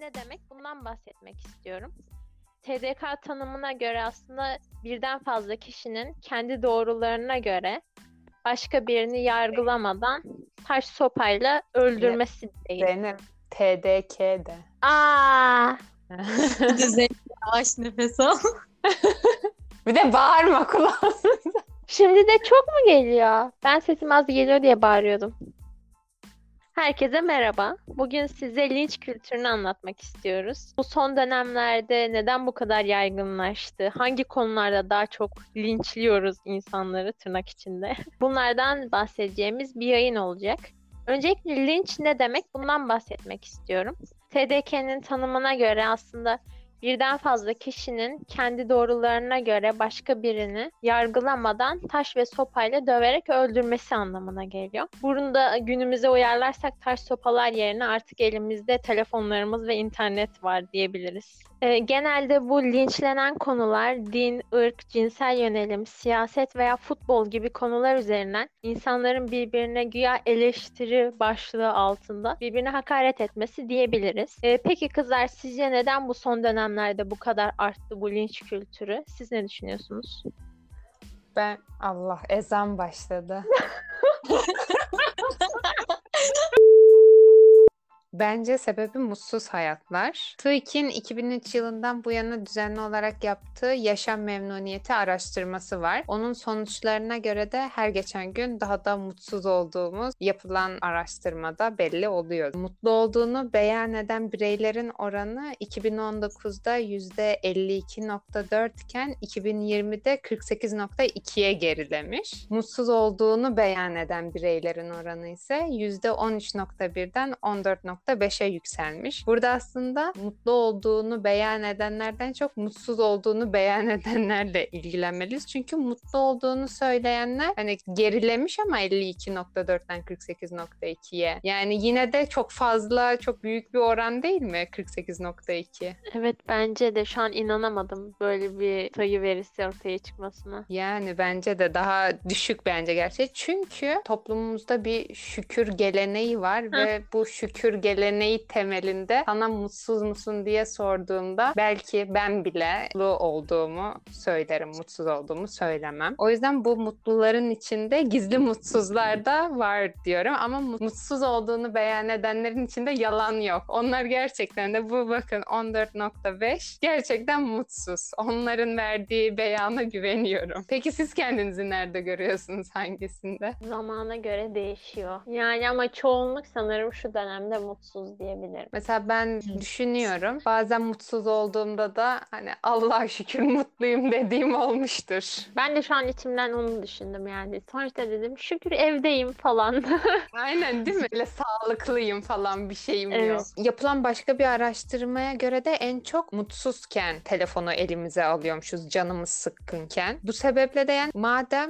ne demek? Bundan bahsetmek istiyorum. TDK tanımına göre aslında birden fazla kişinin kendi doğrularına göre başka birini yargılamadan taş sopayla öldürmesi değil. Zeynep TDK de. Aa, Zeynep yavaş nefes al. Bir de bağırma kulağımıza. şimdi de çok mu geliyor? Ben sesim az geliyor diye bağırıyordum. Herkese merhaba. Bugün size linç kültürünü anlatmak istiyoruz. Bu son dönemlerde neden bu kadar yaygınlaştı? Hangi konularda daha çok linçliyoruz insanları tırnak içinde? Bunlardan bahsedeceğimiz bir yayın olacak. Öncelikle linç ne demek? Bundan bahsetmek istiyorum. TDK'nin tanımına göre aslında birden fazla kişinin kendi doğrularına göre başka birini yargılamadan taş ve sopayla döverek öldürmesi anlamına geliyor. Bunu da günümüze uyarlarsak taş sopalar yerine artık elimizde telefonlarımız ve internet var diyebiliriz. Genelde bu linçlenen konular din, ırk, cinsel yönelim, siyaset veya futbol gibi konular üzerinden insanların birbirine güya eleştiri başlığı altında birbirine hakaret etmesi diyebiliriz. Peki kızlar, sizce neden bu son dönemlerde bu kadar arttı bu linç kültürü? Siz ne düşünüyorsunuz? Allah ezan başladı. Bence sebebi mutsuz hayatlar. TÜİK'in 2003 yılından bu yana düzenli olarak yaptığı yaşam memnuniyeti araştırması var. Onun sonuçlarına göre de her geçen gün daha da mutsuz olduğumuz yapılan araştırmada belli oluyor. Mutlu olduğunu beyan eden bireylerin oranı 2019'da %52.4 iken 2020'de 48.2'ye gerilemiş. Mutsuz olduğunu beyan eden bireylerin oranı ise %13.1'den 14.5'e yükselmiş. Burada aslında mutlu olduğunu beyan edenlerden çok mutsuz olduğunu beyan edenlerle ilgilenmeliyiz. Çünkü mutlu olduğunu söyleyenler hani gerilemiş ama 52.4'ten 48.2'ye. Yani yine de çok fazla, çok büyük bir oran değil mi 48.2? Evet, bence de şu an inanamadım böyle bir sayı verisi ortaya çıkmasına. Yani bence de daha düşük bence gerçi. Çünkü toplumumuzda bir şükür geleneği var ve bu şükür geleneği temelinde sana mutsuz musun diye sorduğumda belki ben bile mutlu olduğumu söylerim, mutsuz olduğumu söylemem. O yüzden bu mutluların içinde gizli mutsuzlar da var diyorum ama mutsuz olduğunu beyan edenlerin içinde yalan yok. Onlar gerçekten de bu bakın 14.5 gerçekten mutsuz. Onların verdiği beyana güveniyorum. Peki siz kendinizi nerede görüyorsunuz, hangisinde? Zamana göre değişiyor. Yani ama çoğunluk sanırım şu dönemde mutsuz diyebilirim. Mesela ben düşünüyorum. Bazen mutsuz olduğumda da hani Allah'a şükür mutluyum dediğim olmuştur. Ben de şu an içimden onu düşündüm yani. Sonuçta dedim şükür evdeyim falan. Aynen değil mi? Öyle sağlıklıyım falan bir şeyim Evet. yok. Yapılan başka bir araştırmaya göre de en çok mutsuzken telefonu elimize alıyormuşuz canımız sıkkınken. Bu sebeple de yani madem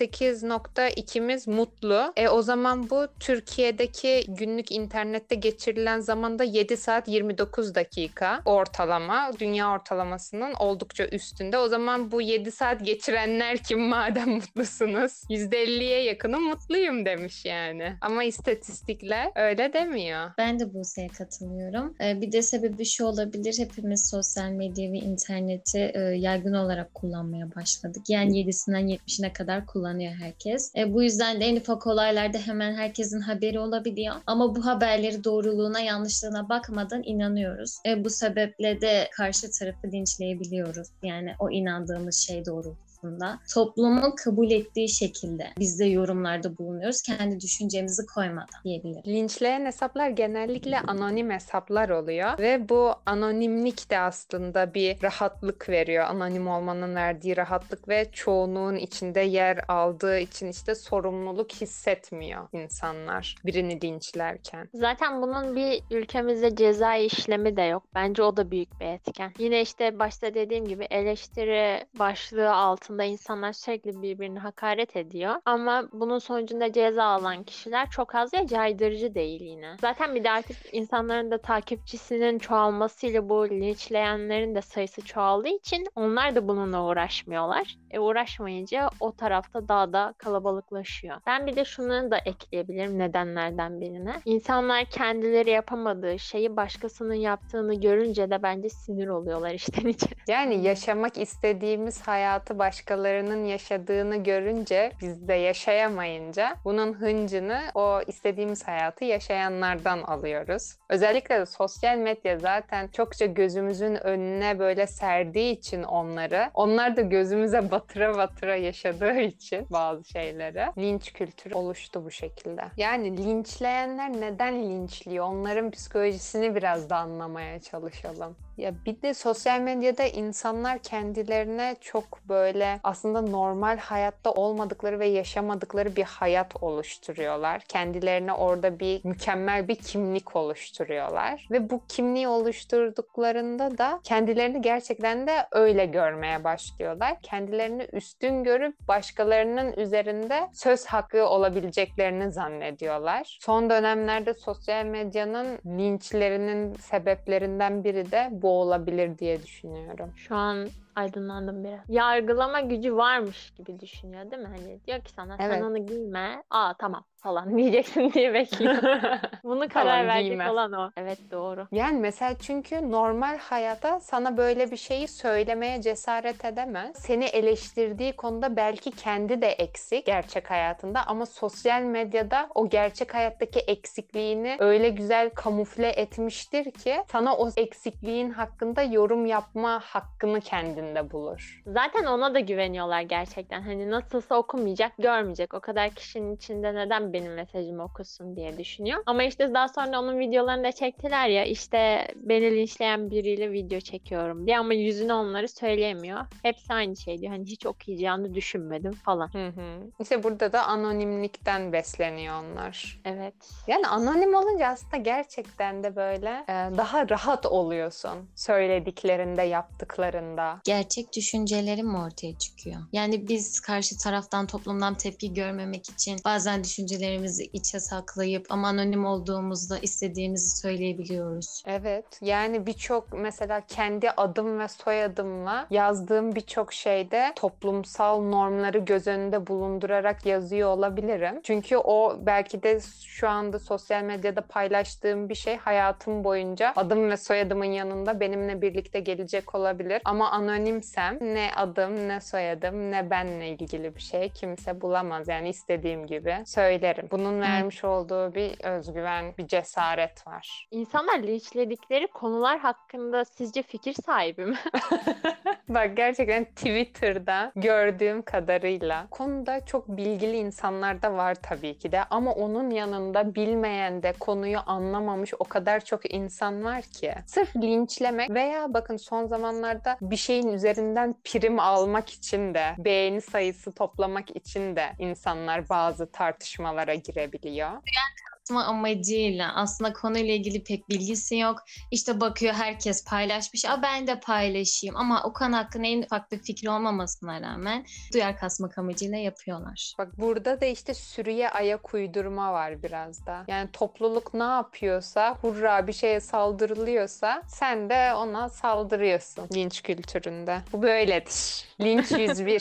48.2'miz mutlu o zaman bu Türkiye'deki günlük internette geçirilen zamanda 7 saat 29 dakika ortalama. Dünya ortalamasının oldukça üstünde. O zaman bu 7 saat geçirenler kim madem mutlusunuz? %50'ye yakını mutluyum demiş yani. Ama istatistikler öyle demiyor. Ben de Buse'ye katılıyorum. Bir de sebebi şu olabilir. Hepimiz sosyal medya ve interneti yaygın olarak kullanmaya başladık. Yani 7'sinden 70'ine kadar kullanıyor herkes. Bu yüzden de en ufak olaylarda hemen herkesin haberi olabiliyor. Ama bu haberleri doğruluğuna, yanlışlığına bakmadan inanıyoruz. Bu sebeple de karşı tarafı linçleyebiliyoruz. Yani o inandığımız şey doğrultusunda. Toplumun kabul ettiği şekilde biz de yorumlarda bulunuyoruz. Kendi düşüncemizi koymadan diyebilirim. Linçleyen hesaplar genellikle anonim hesaplar oluyor ve bu anonimlik de aslında bir rahatlık veriyor. Anonim olmanın verdiği rahatlık ve çoğunluğun içinde yer aldığı için işte sorumluluk hissetmiyor insanlar birini linçlerken. Zaten bunun bir ülkemizde ceza işlemi de yok. Bence o da büyük bir etken. Yine işte başta dediğim gibi eleştiri başlığı altında altında insanlar sürekli birbirini hakaret ediyor. Ama bunun sonucunda ceza alan kişiler çok az ve caydırıcı değil yine. Zaten bir de artık insanların da takipçisinin çoğalmasıyla bu linçleyenlerin de sayısı çoğaldığı için onlar da bununla uğraşmıyorlar. Uğraşmayınca o tarafta daha da kalabalıklaşıyor. Ben bir de şunu da ekleyebilirim nedenlerden birine. İnsanlar kendileri yapamadığı şeyi başkasının yaptığını görünce de bence sinir oluyorlar içten içe. Yani yaşamak istediğimiz hayatı başkalarının yaşadığını görünce, biz de yaşayamayınca bunun hıncını o istediğimiz hayatı yaşayanlardan alıyoruz. Özellikle de sosyal medya zaten çokça gözümüzün önüne böyle serdiği için onlar da gözümüze batıra batıra yaşadığı için bazı şeyleri linç kültürü oluştu bu şekilde. Yani linçleyenler neden linçliyor? Onların psikolojisini biraz da anlamaya çalışalım. Ya bir de sosyal medyada insanlar kendilerine çok böyle aslında normal hayatta olmadıkları ve yaşamadıkları bir hayat oluşturuyorlar. Kendilerine orada bir mükemmel bir kimlik oluşturuyorlar. Ve bu kimliği oluşturduklarında da kendilerini gerçekten de öyle görmeye başlıyorlar. Kendilerini üstün görüp başkalarının üzerinde söz hakkı olabileceklerini zannediyorlar. Son dönemlerde sosyal medyanın linçlerinin sebeplerinden biri de bu olabilir diye düşünüyorum. Şu an aydınlandım biraz. Yargılama gücü varmış gibi düşünüyor değil mi? Hani diyor ki sana sen Evet. onu giyme. Aa tamam falan diyeceksin diye bekliyor. Bunu karar Tamam, verecek giyme. olan o. Evet doğru. Yani mesela çünkü normal hayata sana böyle bir şeyi söylemeye cesaret edemez. Seni eleştirdiği konuda belki kendi de eksik gerçek hayatında ama sosyal medyada o gerçek hayattaki eksikliğini öyle güzel kamufle etmiştir ki sana o eksikliğin hakkında yorum yapma hakkını kendinde bulur. Zaten ona da güveniyorlar gerçekten. Hani nasılsa okumayacak, görmeyecek. O kadar kişinin içinde neden benim mesajımı okusun diye düşünüyor. Ama işte daha sonra onun videolarını da çektiler ya işte beni linçleyen biriyle video çekiyorum diye ama yüzüne onları söyleyemiyor. Hepsi aynı şey diyor. Hani hiç okuyacağını düşünmedim falan. İşte burada da anonimlikten besleniyor onlar. Evet. Yani anonim olunca aslında gerçekten de böyle daha rahat oluyorsun söylediklerinde, yaptıklarında. Gerçek düşüncelerim ortaya çıkıyor. Yani biz karşı taraftan, toplumdan tepki görmemek için bazen düşüncelerimizi içe saklayıp ama anonim olduğumuzda istediğimizi söyleyebiliyoruz. Evet. Yani birçok mesela kendi adım ve soyadımla yazdığım birçok şeyde toplumsal normları göz önünde bulundurarak yazıyor olabilirim. Çünkü o belki de şu anda sosyal medyada paylaştığım bir şey hayatım boyunca adım ve soyadımın yanında benimle birlikte gelecek olabilir. Ama anonimsem ne adım, ne soyadım, ne benle ilgili bir şey kimse bulamaz. Yani istediğim gibi söylerim. Bunun vermiş olduğu bir özgüven, bir cesaret var. İnsanlar linçledikleri konular hakkında sizce fikir sahibi mi? Bak gerçekten Twitter'da gördüğüm kadarıyla konuda çok bilgili insanlar da var tabii ki de ama onun yanında bilmeyen de konuyu anlamamış o kadar çok insan var ki. Sırf linçlemek veya bakın son zamanlarda bir şeyin üzerinden prim almak için de beğeni sayısı toplamak için de insanlar bazı tartışmalara girebiliyor. Amacıyla aslında konuyla ilgili pek bilgisi yok. İşte bakıyor herkes paylaşmış. Ben de paylaşayım ama o konu hakkında en ufak bir fikri olmamasına rağmen duyar kasmak amacıyla yapıyorlar. Bak burada da işte sürüye ayak uydurma var biraz da. Yani topluluk ne yapıyorsa, hurra bir şeye saldırılıyorsa sen de ona saldırıyorsun linç kültüründe. Bu böyledir. Linç 101.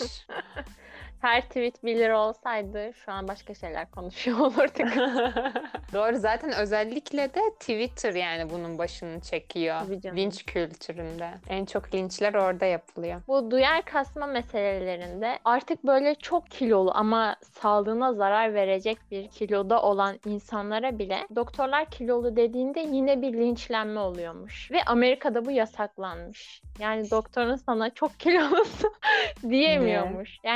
Her tweet 1 lira olsaydı şu an başka şeyler konuşuyor olurduk. Doğru zaten özellikle de Twitter yani bunun başını çekiyor. Tabii canım. Linç kültüründe. En çok linçler orada yapılıyor. Bu duyar kasma meselelerinde artık böyle çok kilolu ama sağlığına zarar verecek bir kiloda olan insanlara bile doktorlar kilolu dediğinde yine bir linçlenme oluyormuş. Ve Amerika'da bu yasaklanmış. Yani doktorun sana çok kilolusun diyemiyormuş. Yani bunun sonucu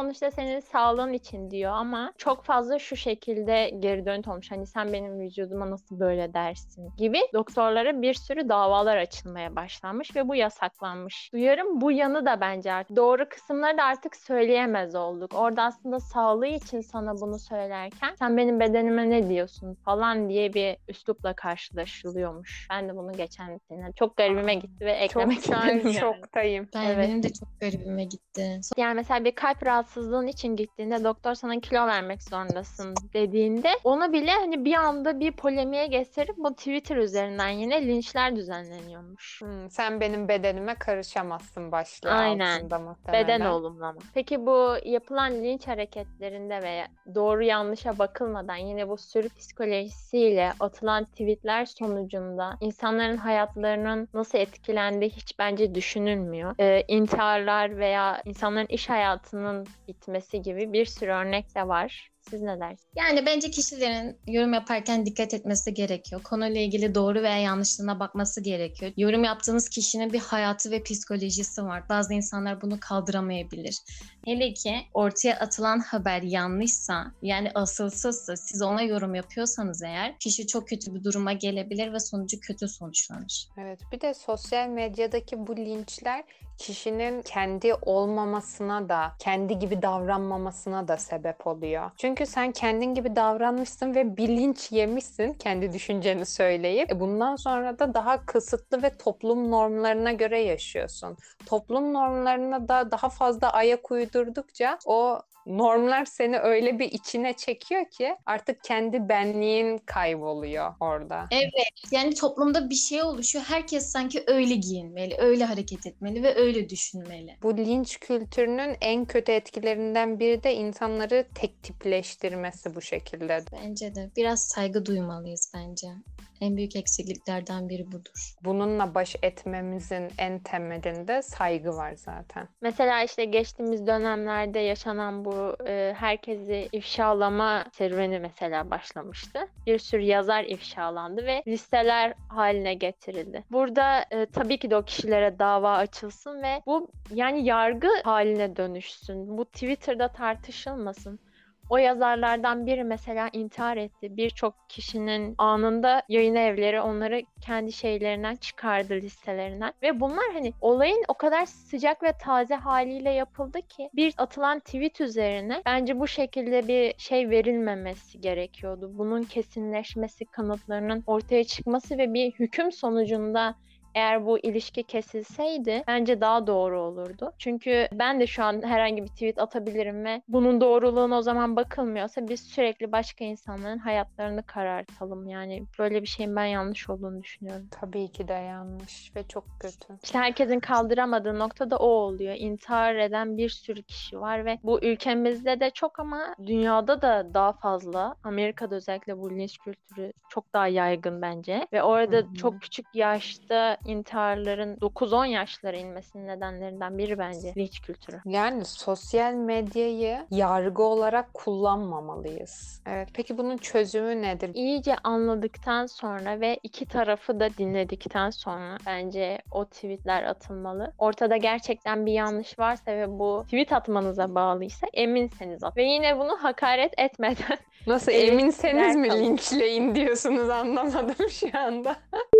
sonuçta senin sağlığın için diyor ama çok fazla şu şekilde geri dönüt olmuş. Hani sen benim vücuduma nasıl böyle dersin gibi doktorlara bir sürü davalar açılmaya başlanmış ve bu yasaklanmış. Duyarım bu yanı da bence artık. Doğru kısımları da artık söyleyemez olduk. Orada aslında sağlığı için sana bunu söylerken sen benim bedenime ne diyorsun falan diye bir üslupla karşılaşılıyormuş. Ben de bunu geçen sene çok garibime gitti ve eklemek Çok istedim yani. şoktayım. Evet. Benim de çok garibime gitti. Yani mesela bir kalp rahatsızlığın için gittiğinde doktor sana kilo vermek zorundasın dediğinde onu bile hani bir anda bir polemiğe getirip bu Twitter üzerinden yine linçler düzenleniyormuş. Sen benim bedenime karışamazsın başlığı Aynen. altında muhtemelen. Beden olumlama. Peki bu yapılan linç hareketlerinde veya doğru yanlışa bakılmadan yine bu sürü psikolojisiyle atılan tweetler sonucunda insanların hayatlarının nasıl etkilendiği hiç bence düşünülmüyor. İntiharlar veya insanların iş hayatının bitmesi gibi bir sürü örnek de var. Siz ne dersiniz? Yani bence kişilerin yorum yaparken dikkat etmesi gerekiyor. Konuyla ilgili doğru veya yanlışlığına bakması gerekiyor. Yorum yaptığınız kişinin bir hayatı ve psikolojisi var. Bazı insanlar bunu kaldıramayabilir. Hele ki ortaya atılan haber yanlışsa, yani asılsızsa, siz ona yorum yapıyorsanız eğer, kişi çok kötü bir duruma gelebilir ve sonucu kötü sonuçlanır. Evet, bir de sosyal medyadaki bu linçler kişinin kendi olmamasına da, kendi gibi davranmamasına da sebep oluyor. Çünkü sen kendin gibi davranmışsın ve bir linç yemişsin kendi düşünceni söyleyip. Bundan sonra da daha kısıtlı ve toplum normlarına göre yaşıyorsun. Toplum normlarına da daha fazla ayak uydurdukça o normlar seni öyle bir içine çekiyor ki artık kendi benliğin kayboluyor orada. Evet, yani toplumda bir şey oluşuyor. Herkes sanki öyle giyinmeli, öyle hareket etmeli ve öyle düşünmeli. Bu linç kültürünün en kötü etkilerinden biri de insanları tek tipleştirmesi bu şekilde. Bence de biraz saygı duymalıyız bence. En büyük eksikliklerden biri budur. Bununla baş etmemizin en temelinde saygı var zaten. Mesela işte geçtiğimiz dönemlerde yaşanan bu herkesi ifşalama serüveni mesela başlamıştı. Bir sürü yazar ifşalandı ve listeler haline getirildi. Burada tabii ki de o kişilere dava açılsın ve bu yani yargı haline dönüşsün. Bu Twitter'da tartışılmasın. O yazarlardan biri mesela intihar etti. Birçok kişinin anında yayın evleri onları kendi şeylerinden çıkardı, listelerinden. Ve bunlar hani olayın o kadar sıcak ve taze haliyle yapıldı ki bir atılan tweet üzerine bence bu şekilde bir şey verilmemesi gerekiyordu. Bunun kesinleşmesi, kanıtlarının ortaya çıkması ve bir hüküm sonucunda eğer bu ilişki kesilseydi bence daha doğru olurdu. Çünkü ben de şu an herhangi bir tweet atabilirim ve bunun doğruluğuna o zaman bakılmıyorsa biz sürekli başka insanların hayatlarını karartalım. Yani böyle bir şeyin ben yanlış olduğunu düşünüyorum. Tabii ki de yanlış ve çok kötü. İşte herkesin kaldıramadığı nokta da o oluyor. İntihar eden bir sürü kişi var ve bu ülkemizde de çok ama dünyada da daha fazla. Amerika'da özellikle bu linç kültürü çok daha yaygın bence. Ve orada çok küçük yaşta intiharların 9-10 yaşlara inmesinin nedenlerinden biri bence linç kültürü. Yani sosyal medyayı yargı olarak kullanmamalıyız. Evet, peki bunun çözümü nedir? İyice anladıktan sonra ve iki tarafı da dinledikten sonra bence o tweetler atılmalı. Ortada gerçekten bir yanlış varsa ve bu tweet atmanıza bağlıysa eminseniz at. Ve yine bunu hakaret etmeden Nasıl Evet, eminseniz mi kalın. linçleyin diyorsunuz, anlamadım şu anda.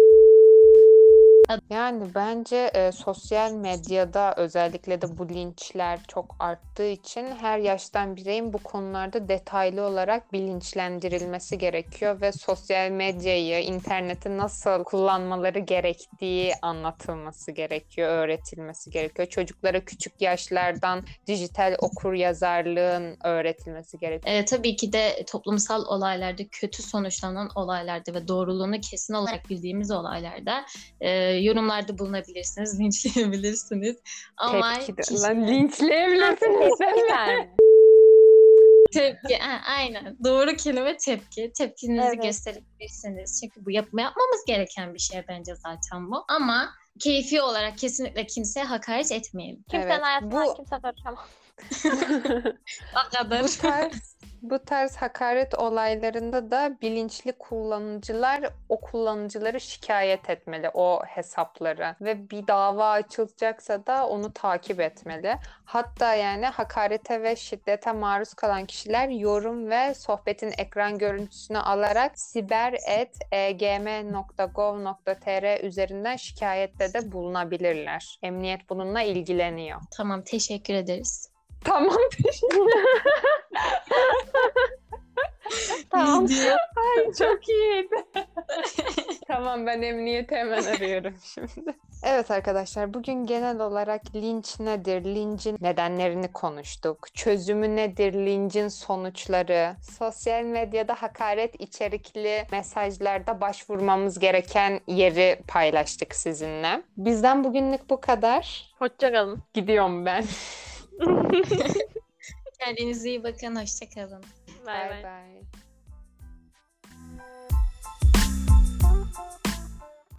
Yani bence sosyal medyada özellikle de bu linçler çok arttığı için her yaştan bireyin bu konularda detaylı olarak bilinçlendirilmesi gerekiyor ve sosyal medyayı, interneti nasıl kullanmaları gerektiği anlatılması gerekiyor, öğretilmesi gerekiyor. Çocuklara küçük yaşlardan dijital okuryazarlığın öğretilmesi gerekiyor. Tabii ki de toplumsal olaylarda, kötü sonuçlanan olaylarda ve doğruluğunu kesin olarak bildiğimiz olaylarda yorumlarda bulunabilirsiniz, linçleyebilirsiniz. Ama Lan linçleyebilirsiniz. tepki, aynen. Doğru kelime tepki. Tepkinizi Evet. gösterebilirsiniz. Çünkü bu yapmamız gereken bir şey bence zaten bu. Ama keyfi olarak kesinlikle kimseye hakaret etmeyelim. Kimsenin Evet, hayatına bu- kimse karışamaz. O kadar. Bu tarz hakaret olaylarında da bilinçli kullanıcılar o kullanıcıları şikayet etmeli, o hesapları, ve bir dava açılacaksa da onu takip etmeli. Hatta yani hakarete ve şiddete maruz kalan kişiler yorum ve sohbetin ekran görüntüsünü alarak siber@egm.gov.tr üzerinden şikayette de bulunabilirler. Emniyet bununla ilgileniyor. Tamam, teşekkür ederiz. Tamam. Tamam. Ay, çok iyiydi. Tamam, ben emniyeti hemen arıyorum şimdi. Evet arkadaşlar, bugün genel olarak linç nedir, lincin nedenlerini konuştuk. Çözümü nedir, lincin sonuçları, sosyal medyada hakaret içerikli mesajlarda başvurmamız gereken yeri paylaştık sizinle. Bizden bugünlük bu kadar. Hoşça kalın. Gidiyorum ben. Kendinize iyi bakın. Hoşça kalın. Bay Bye bay. bye.